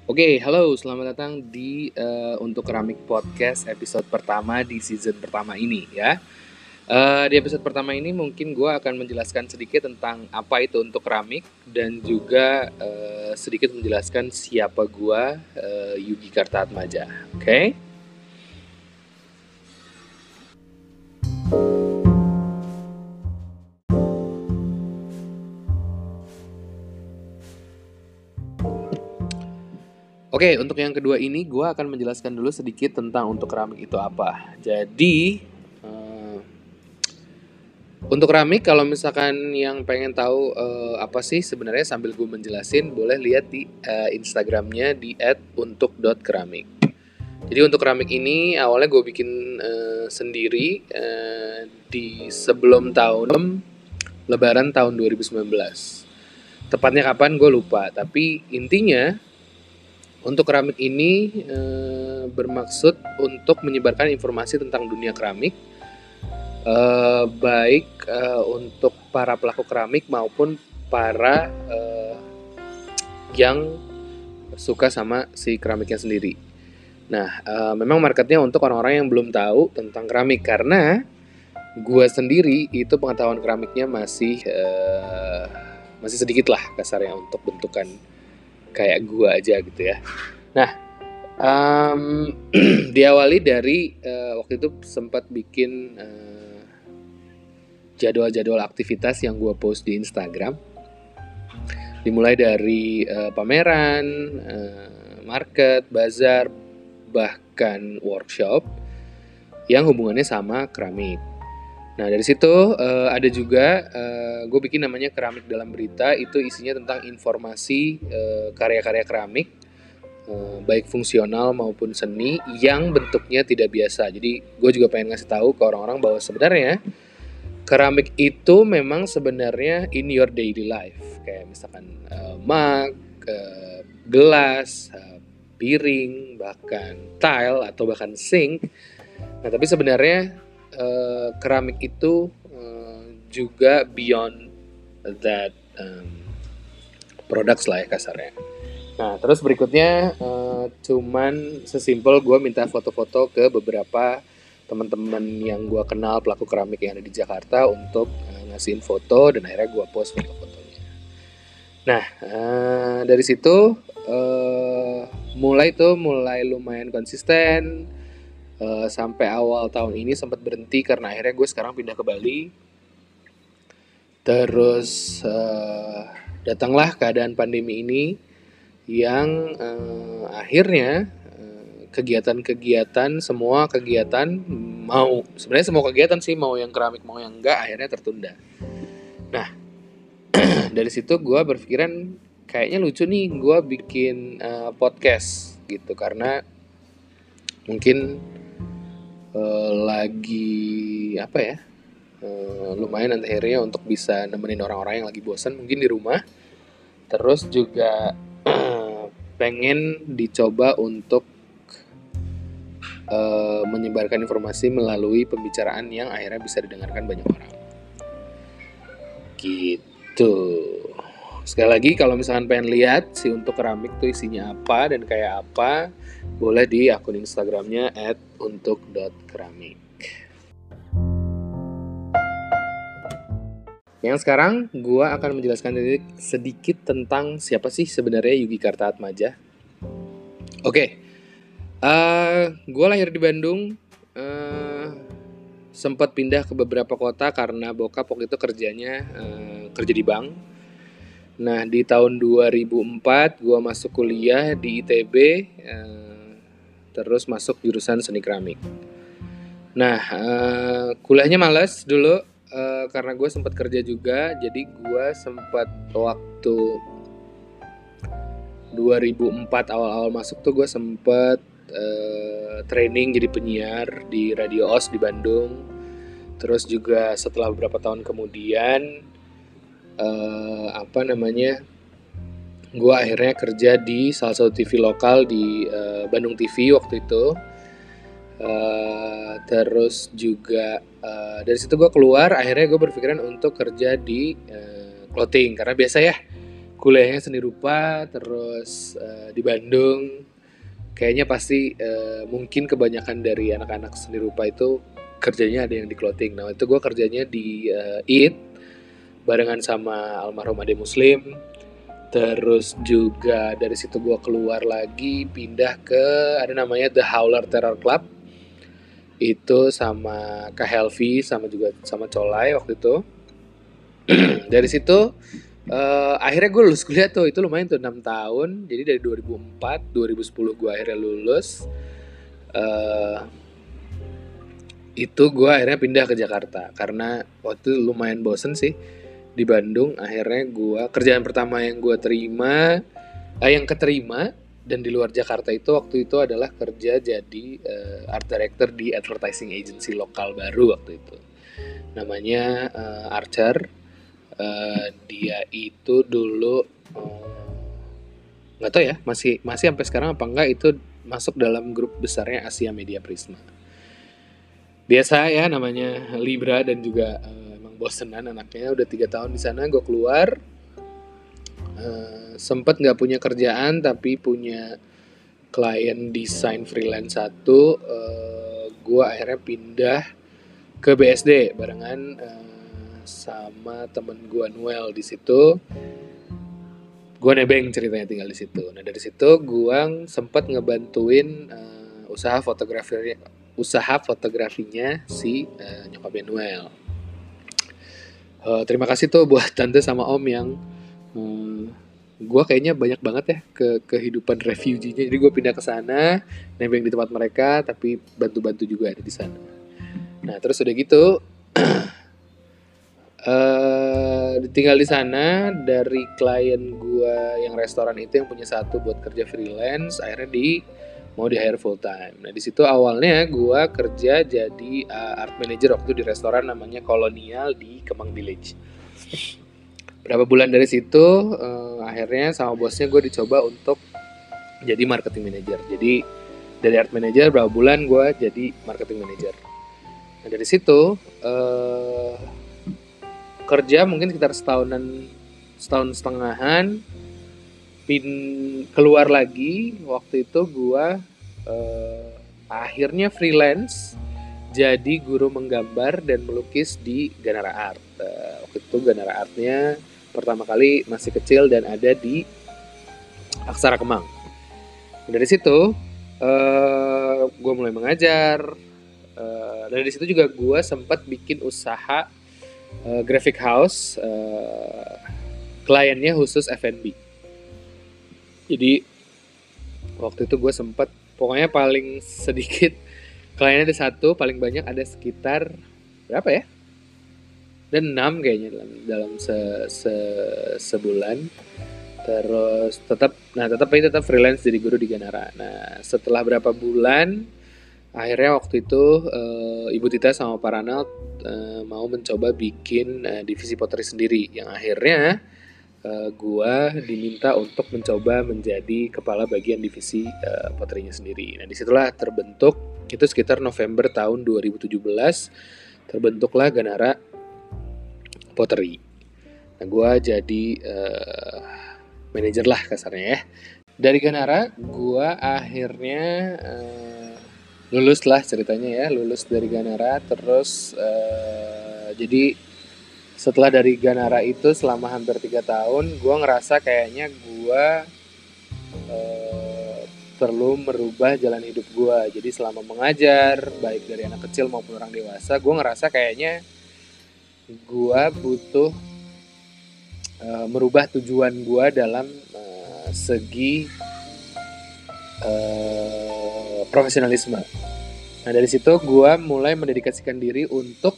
Oke, halo, selamat datang di untuk Keramik Podcast episode pertama di season pertama ini ya. Di episode pertama ini mungkin gue akan menjelaskan sedikit tentang apa itu untuk keramik dan juga sedikit menjelaskan siapa gue, Yugi Kartaatmaja. Oke? Oke, untuk yang kedua ini gue akan menjelaskan dulu sedikit tentang untuk keramik itu apa. Jadi untuk keramik, kalau misalkan yang pengen tahu apa sih sebenarnya sambil gue menjelasin, boleh lihat di Instagramnya di @untuk.keramik. Jadi untuk keramik ini awalnya gue bikin sendiri di sebelum tahun Lebaran tahun 2019. Tepatnya kapan gue lupa, tapi intinya untuk keramik ini bermaksud untuk menyebarkan informasi tentang dunia keramik, baik untuk para pelaku keramik maupun para yang suka sama si keramiknya sendiri. Nah, memang marketnya untuk orang-orang yang belum tahu tentang keramik, karena gue sendiri itu pengetahuan keramiknya masih sedikit lah kasarnya untuk bentukan kayak gue aja gitu ya. Nah, diawali dari waktu itu sempat bikin jadwal-jadwal aktivitas yang gue post di Instagram. Dimulai dari pameran, market, bazar, bahkan workshop yang hubungannya sama keramik. Nah, dari situ ada juga gue bikin namanya Keramik Dalam Berita. Itu isinya tentang informasi karya-karya keramik, baik fungsional maupun seni yang bentuknya tidak biasa. Jadi gue juga pengen ngasih tahu ke orang-orang bahwa sebenarnya keramik itu memang sebenarnya in your daily life. Kayak misalkan mug, gelas, piring, bahkan tile atau bahkan sink. Nah, tapi sebenarnya keramik itu juga beyond that products lah ya kasarnya. Nah, terus berikutnya cuman sesimpel gue minta foto-foto ke beberapa teman-teman yang gue kenal pelaku keramik yang ada di Jakarta untuk ngasihin foto, dan akhirnya gue post foto-fotonya. Nah, dari situ mulai lumayan konsisten sampai awal tahun ini sempat berhenti karena akhirnya gue sekarang pindah ke Bali. Terus datanglah keadaan pandemi ini yang akhirnya semua kegiatan sebenarnya semua kegiatan sih, mau yang keramik mau yang enggak, akhirnya tertunda. Nah, dari situ gue berpikiran kayaknya lucu nih gue bikin podcast gitu, karena mungkin lagi apa ya, lumayan akhirnya untuk bisa nemenin orang-orang yang lagi bosan mungkin di rumah. Terus juga pengen dicoba untuk menyebarkan informasi melalui pembicaraan yang akhirnya bisa didengarkan banyak orang. Gitu. Sekali lagi, kalau misalkan pengen lihat si untuk keramik tuh isinya apa dan kayak apa, boleh di akun Instagramnya @untuk.keramik. Yang sekarang gue akan menjelaskan sedikit tentang siapa sih sebenarnya Yugi Kartaatmaja. Oke. Gue lahir di Bandung, sempat pindah ke beberapa kota karena bokap waktu itu kerjanya kerja di bank. Nah, di tahun 2004 gue masuk kuliah di ITB, terus masuk jurusan seni keramik. Nah, kuliahnya males dulu karena gue sempat kerja juga. Jadi gue sempat waktu 2004 awal-awal masuk tuh gue sempat training jadi penyiar di Radio OS di Bandung. Terus juga setelah beberapa tahun kemudian gue akhirnya kerja di salah satu TV lokal di Bandung TV waktu itu. Terus juga dari situ gue keluar, akhirnya gue berpikiran untuk kerja di clothing, karena biasa ya kuliahnya seni rupa, terus di Bandung. Kayaknya pasti mungkin kebanyakan dari anak-anak seni rupa itu kerjanya ada yang di clothing. Nah itu gue kerjanya di IT barengan sama almarhum Ade Muslim. Terus juga dari situ gue keluar lagi pindah ke ada namanya The Howler Terror Club. Itu sama Kak Helvi sama juga sama Colai waktu itu. Dari situ akhirnya gue lulus kuliah tuh, itu lumayan tuh 6 tahun. Jadi dari 2004, 2010 gue akhirnya lulus. Itu gue akhirnya pindah ke Jakarta karena waktu itu lumayan bosen sih di Bandung. Akhirnya gue kerjaan pertama yang gue terima, yang keterima dan di luar Jakarta itu waktu itu adalah kerja jadi art director di advertising agency lokal baru waktu itu. Namanya Archer. Dia itu dulu nggak tahu ya masih sampai sekarang apa enggak, itu masuk dalam grup besarnya Asia Media Prisma. Biasa ya namanya Libra dan juga emang bosenan anaknya. Udah 3 tahun di sana, gue keluar. Sempet nggak punya kerjaan tapi punya klien desain freelance satu. Gue akhirnya pindah ke BSD barengan sama temen gue Noel. Di situ gue nebeng ceritanya tinggal di situ. Nah dari situ gue sempet ngebantuin usaha fotografinya si nyokapnya Noel. Terima kasih tuh buat tante sama om yang gue kayaknya banyak banget ya kehidupan refugee-nya. Jadi gue pindah ke sana, nebeng di tempat mereka, tapi bantu-bantu juga ada di sana. Nah terus udah gitu tinggal di sana. Dari klien gue yang restoran itu yang punya satu buat kerja freelance, akhirnya mau di hire full time. Nah di situ awalnya gue kerja jadi art manager waktu di restoran namanya Kolonial di Kemang Village. Berapa bulan dari situ akhirnya sama bosnya gue dicoba untuk jadi marketing manager. Jadi dari art manager berapa bulan gue jadi marketing manager. Nah dari situ kerja mungkin sekitar setahun setengahan, keluar lagi. Waktu itu gue akhirnya freelance jadi guru menggambar dan melukis di Ganara Art. Waktu itu Ganara Artnya pertama kali masih kecil dan ada di Aksara Kemang. Dari situ gue mulai mengajar. Dan di situ juga gue sempat bikin usaha graphic house, kliennya khusus F&B. Jadi waktu itu gue sempat, pokoknya paling sedikit kliennya ada satu, paling banyak ada sekitar berapa ya? Ada 6 kayaknya dalam sebulan. Terus tetap freelance jadi guru di Ganara. Nah setelah berapa bulan, akhirnya waktu itu Ibu Tita sama Pak Ranald mau mencoba bikin divisi pottery sendiri, yang akhirnya gua diminta untuk mencoba menjadi kepala bagian divisi pottery-nya sendiri. Nah disitulah terbentuk, itu sekitar November tahun 2017 terbentuklah Ganara Pottery. Nah gua jadi manajer lah kasarnya ya. Dari Ganara gua akhirnya lulus lah ceritanya ya, lulus dari Ganara. Terus jadi setelah dari Ganara itu selama hampir 3 tahun, gue ngerasa kayaknya gue perlu merubah jalan hidup gue. Jadi selama mengajar, baik dari anak kecil maupun orang dewasa, gue ngerasa kayaknya gue butuh merubah tujuan gue dalam segi profesionalisme. Nah dari situ gue mulai mendedikasikan diri untuk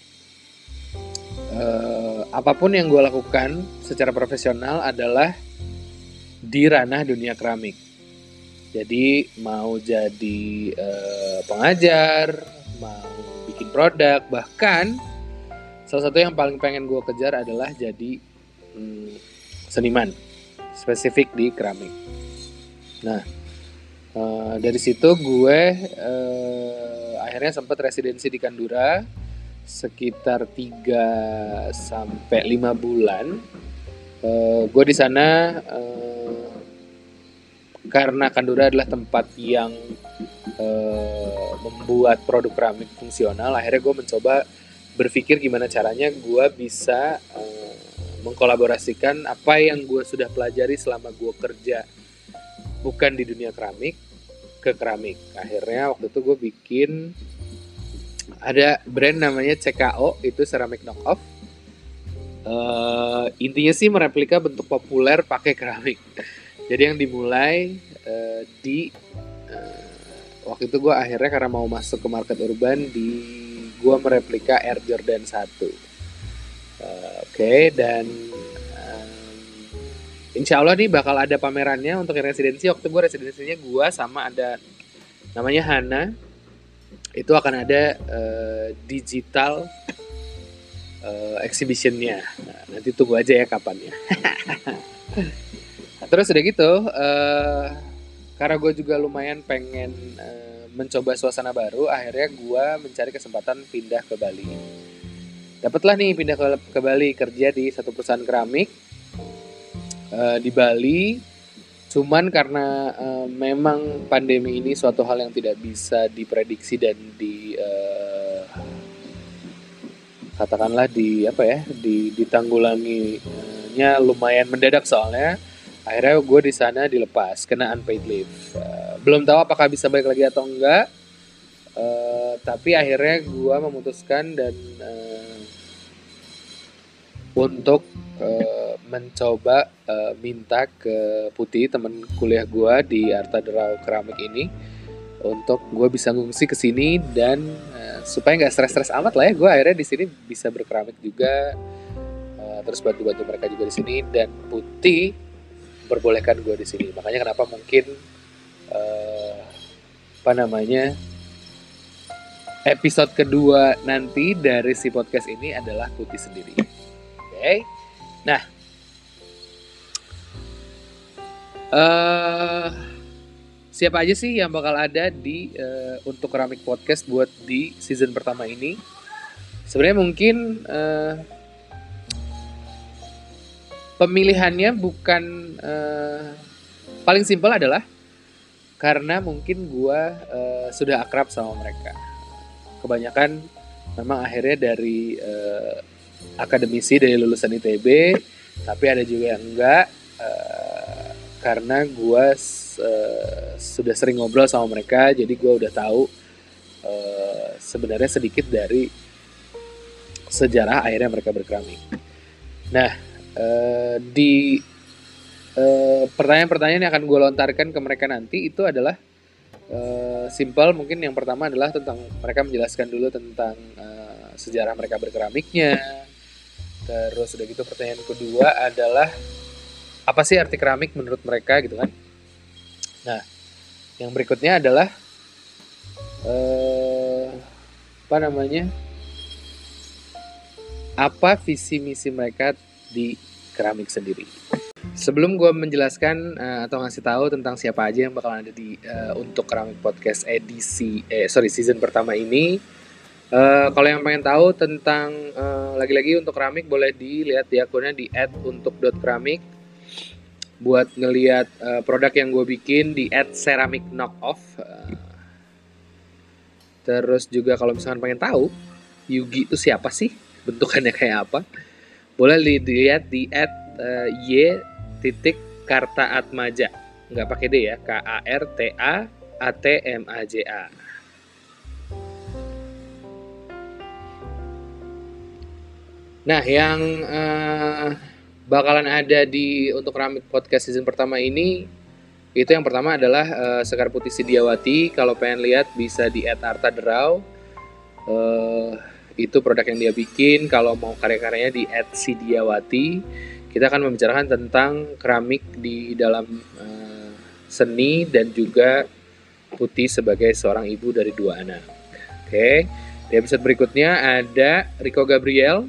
apapun yang gue lakukan secara profesional adalah di ranah dunia keramik. Jadi mau jadi pengajar, mau bikin produk, bahkan salah satu yang paling pengen gue kejar adalah jadi seniman spesifik di keramik. Nah dari situ gue akhirnya sempat residensi di Kandura sekitar 3-5 bulan. Gue di sana karena Kandura adalah tempat yang membuat produk keramik fungsional. Akhirnya gue mencoba berpikir gimana caranya gue bisa mengkolaborasikan apa yang gue sudah pelajari selama gue kerja bukan di dunia keramik ke keramik. Akhirnya waktu itu gue bikin ada brand namanya CKO, itu ceramic knockoff. Intinya sih mereplika bentuk populer pakai keramik. Jadi yang dimulai waktu itu gue akhirnya karena mau masuk ke market urban, gue mereplika Air Jordan 1. Oke, dan insya Allah nih bakal ada pamerannya untuk yang residensi. Waktu gue residensinya gue sama ada namanya Hana. Itu akan ada digital exhibitionnya. Nah, nanti tunggu aja ya kapannya. Terus udah gitu, karena gue juga lumayan pengen mencoba suasana baru, akhirnya gue mencari kesempatan pindah ke Bali. Dapatlah nih pindah ke Bali, kerja di satu perusahaan keramik di Bali. Cuman karena memang pandemi ini suatu hal yang tidak bisa diprediksi dan katakanlah ditanggulanginya lumayan mendadak, soalnya akhirnya gue di sana dilepas kena unpaid leave. Belum tahu apakah bisa balik lagi atau enggak, tapi akhirnya gue memutuskan dan untuk mencoba minta ke Putih, teman kuliah gue di Arta Derau Keramik ini, untuk gue bisa ngungsi ke sini dan supaya nggak stres-stres amat lah ya. Gue akhirnya di sini bisa berkeramik juga, terus bantu-bantu mereka juga di sini, dan Putih memperbolehkan gue di sini. Makanya kenapa mungkin episode kedua nanti dari si podcast ini adalah Putih sendiri. Oke. Nah, siapa aja sih yang bakal ada di untuk Keramik Podcast buat di season pertama ini? Sebenarnya mungkin pemilihannya bukan paling simpel adalah karena mungkin gue sudah akrab sama mereka. Kebanyakan memang akhirnya dari akademisi, dari lulusan ITB, tapi ada juga yang enggak, karena gue sudah sering ngobrol sama mereka, jadi gue udah tahu sebenarnya sedikit dari sejarah akhirnya mereka berkeramik. Nah, di pertanyaan-pertanyaan yang akan gue lontarkan ke mereka nanti itu adalah simple. Mungkin yang pertama adalah tentang mereka menjelaskan dulu tentang sejarah mereka berkeramiknya. Terus udah gitu pertanyaan kedua adalah apa sih arti keramik menurut mereka gitu kan. Nah, yang berikutnya adalah apa visi misi mereka di keramik sendiri. Sebelum gue menjelaskan atau ngasih tahu tentang siapa aja yang bakalan ada di untuk Keramik Podcast season pertama ini, kalau yang pengen tahu tentang lagi-lagi untuk keramik, boleh dilihat di akunnya di @untuk.keramik. Buat ngelihat produk yang gue bikin di @ceramicknockoff. Terus juga kalau misalkan pengen tahu Yugi itu siapa sih, bentukannya kayak apa, boleh dilihat di @y.kartaatmaja, nggak pakai D ya, KARTAATMAJA. Nah, yang bakalan ada di untuk Keramik Podcast season pertama ini, itu yang pertama adalah Sekar Putih Sidiawati. Kalau pengen lihat bisa di @artaderau. Itu produk yang dia bikin. Kalau mau karya-karyanya di @sidiawati. Kita akan membicarakan tentang keramik di dalam seni dan juga Putih sebagai seorang ibu dari 2 anak. Oke. Di episode berikutnya ada Rico Gabriel.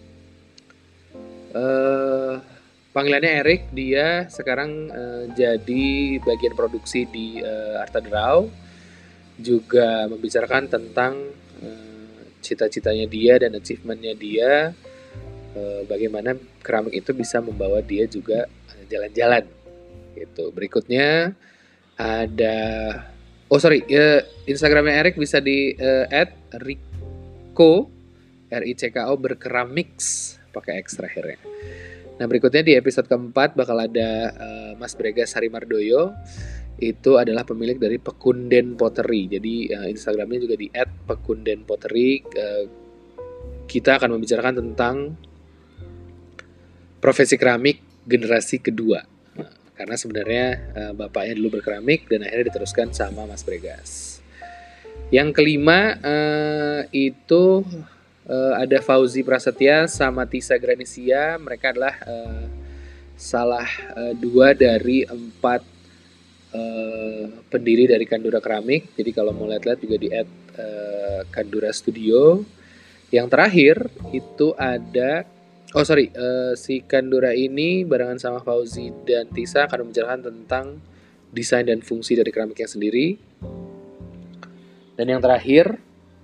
Panggilannya Erik. Dia sekarang jadi bagian produksi di Arta Derau. Juga membicarakan tentang cita-citanya dia dan achievementnya dia bagaimana keramik itu bisa membawa dia juga jalan-jalan gitu. Berikutnya ada Instagramnya Erik bisa di @Ricko RICKO berkeramiks pakai X terakhirnya. Nah, berikutnya di episode keempat bakal ada Mas Bregas Harimardoyo. Itu adalah pemilik dari Pekunden Pottery. Jadi Instagramnya juga di @pekundenpottery. Kita akan membicarakan tentang profesi keramik generasi kedua. Karena sebenarnya bapaknya dulu berkeramik dan akhirnya diteruskan sama Mas Bregas. Yang kelima itu ada Fauzi Prasetya sama Tisa Granisia. Mereka adalah salah dua dari 4 pendiri dari Kandura Keramik. Jadi kalau mau lihat-lihat juga di @Kandura Studio. Yang terakhir itu ada si Kandura ini barengan sama Fauzi dan Tisa akan membicarakan tentang desain dan fungsi dari keramiknya sendiri. Dan yang terakhir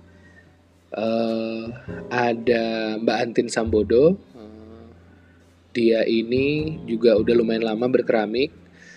ada Mbak Antin Sambodo. Dia ini juga udah lumayan lama berkeramik.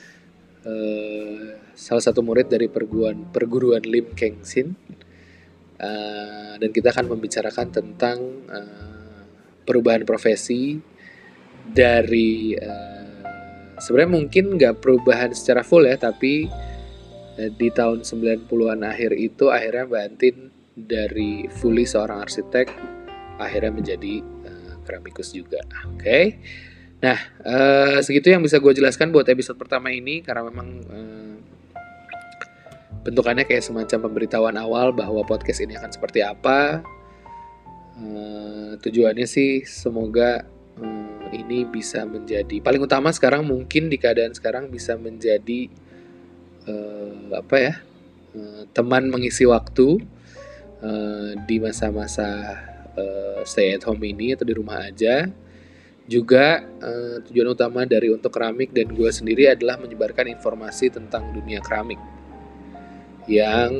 Salah satu murid dari perguruan Lim Kengsin. Dan kita akan membicarakan tentang perubahan profesi dari sebenarnya mungkin nggak perubahan secara full ya, tapi di tahun 90-an akhir itu akhirnya Mbak Antin dari fully seorang arsitek akhirnya menjadi keramikus juga. Oke. Nah, segitu yang bisa gue jelaskan buat episode pertama ini, karena memang bentukannya kayak semacam pemberitahuan awal bahwa podcast ini akan seperti apa. Tujuannya sih semoga ini bisa menjadi, paling utama sekarang mungkin di keadaan sekarang bisa menjadi teman mengisi waktu di masa-masa stay at home ini atau di rumah aja. Juga tujuan utama dari Untuk Keramik dan gue sendiri adalah menyebarkan informasi tentang dunia keramik yang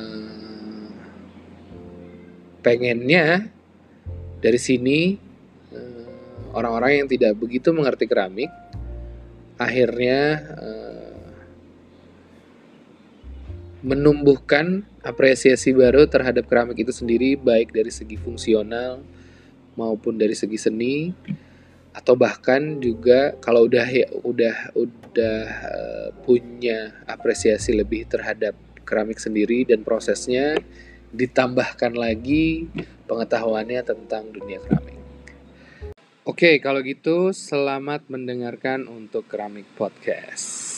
pengennya dari sini orang-orang yang tidak begitu mengerti keramik akhirnya menumbuhkan apresiasi baru terhadap keramik itu sendiri, baik dari segi fungsional maupun dari segi seni, atau bahkan juga kalau udah punya apresiasi lebih terhadap keramik sendiri dan prosesnya, ditambahkan lagi pengetahuannya tentang dunia keramik. Oke, kalau gitu selamat mendengarkan Untuk Keramik Podcast.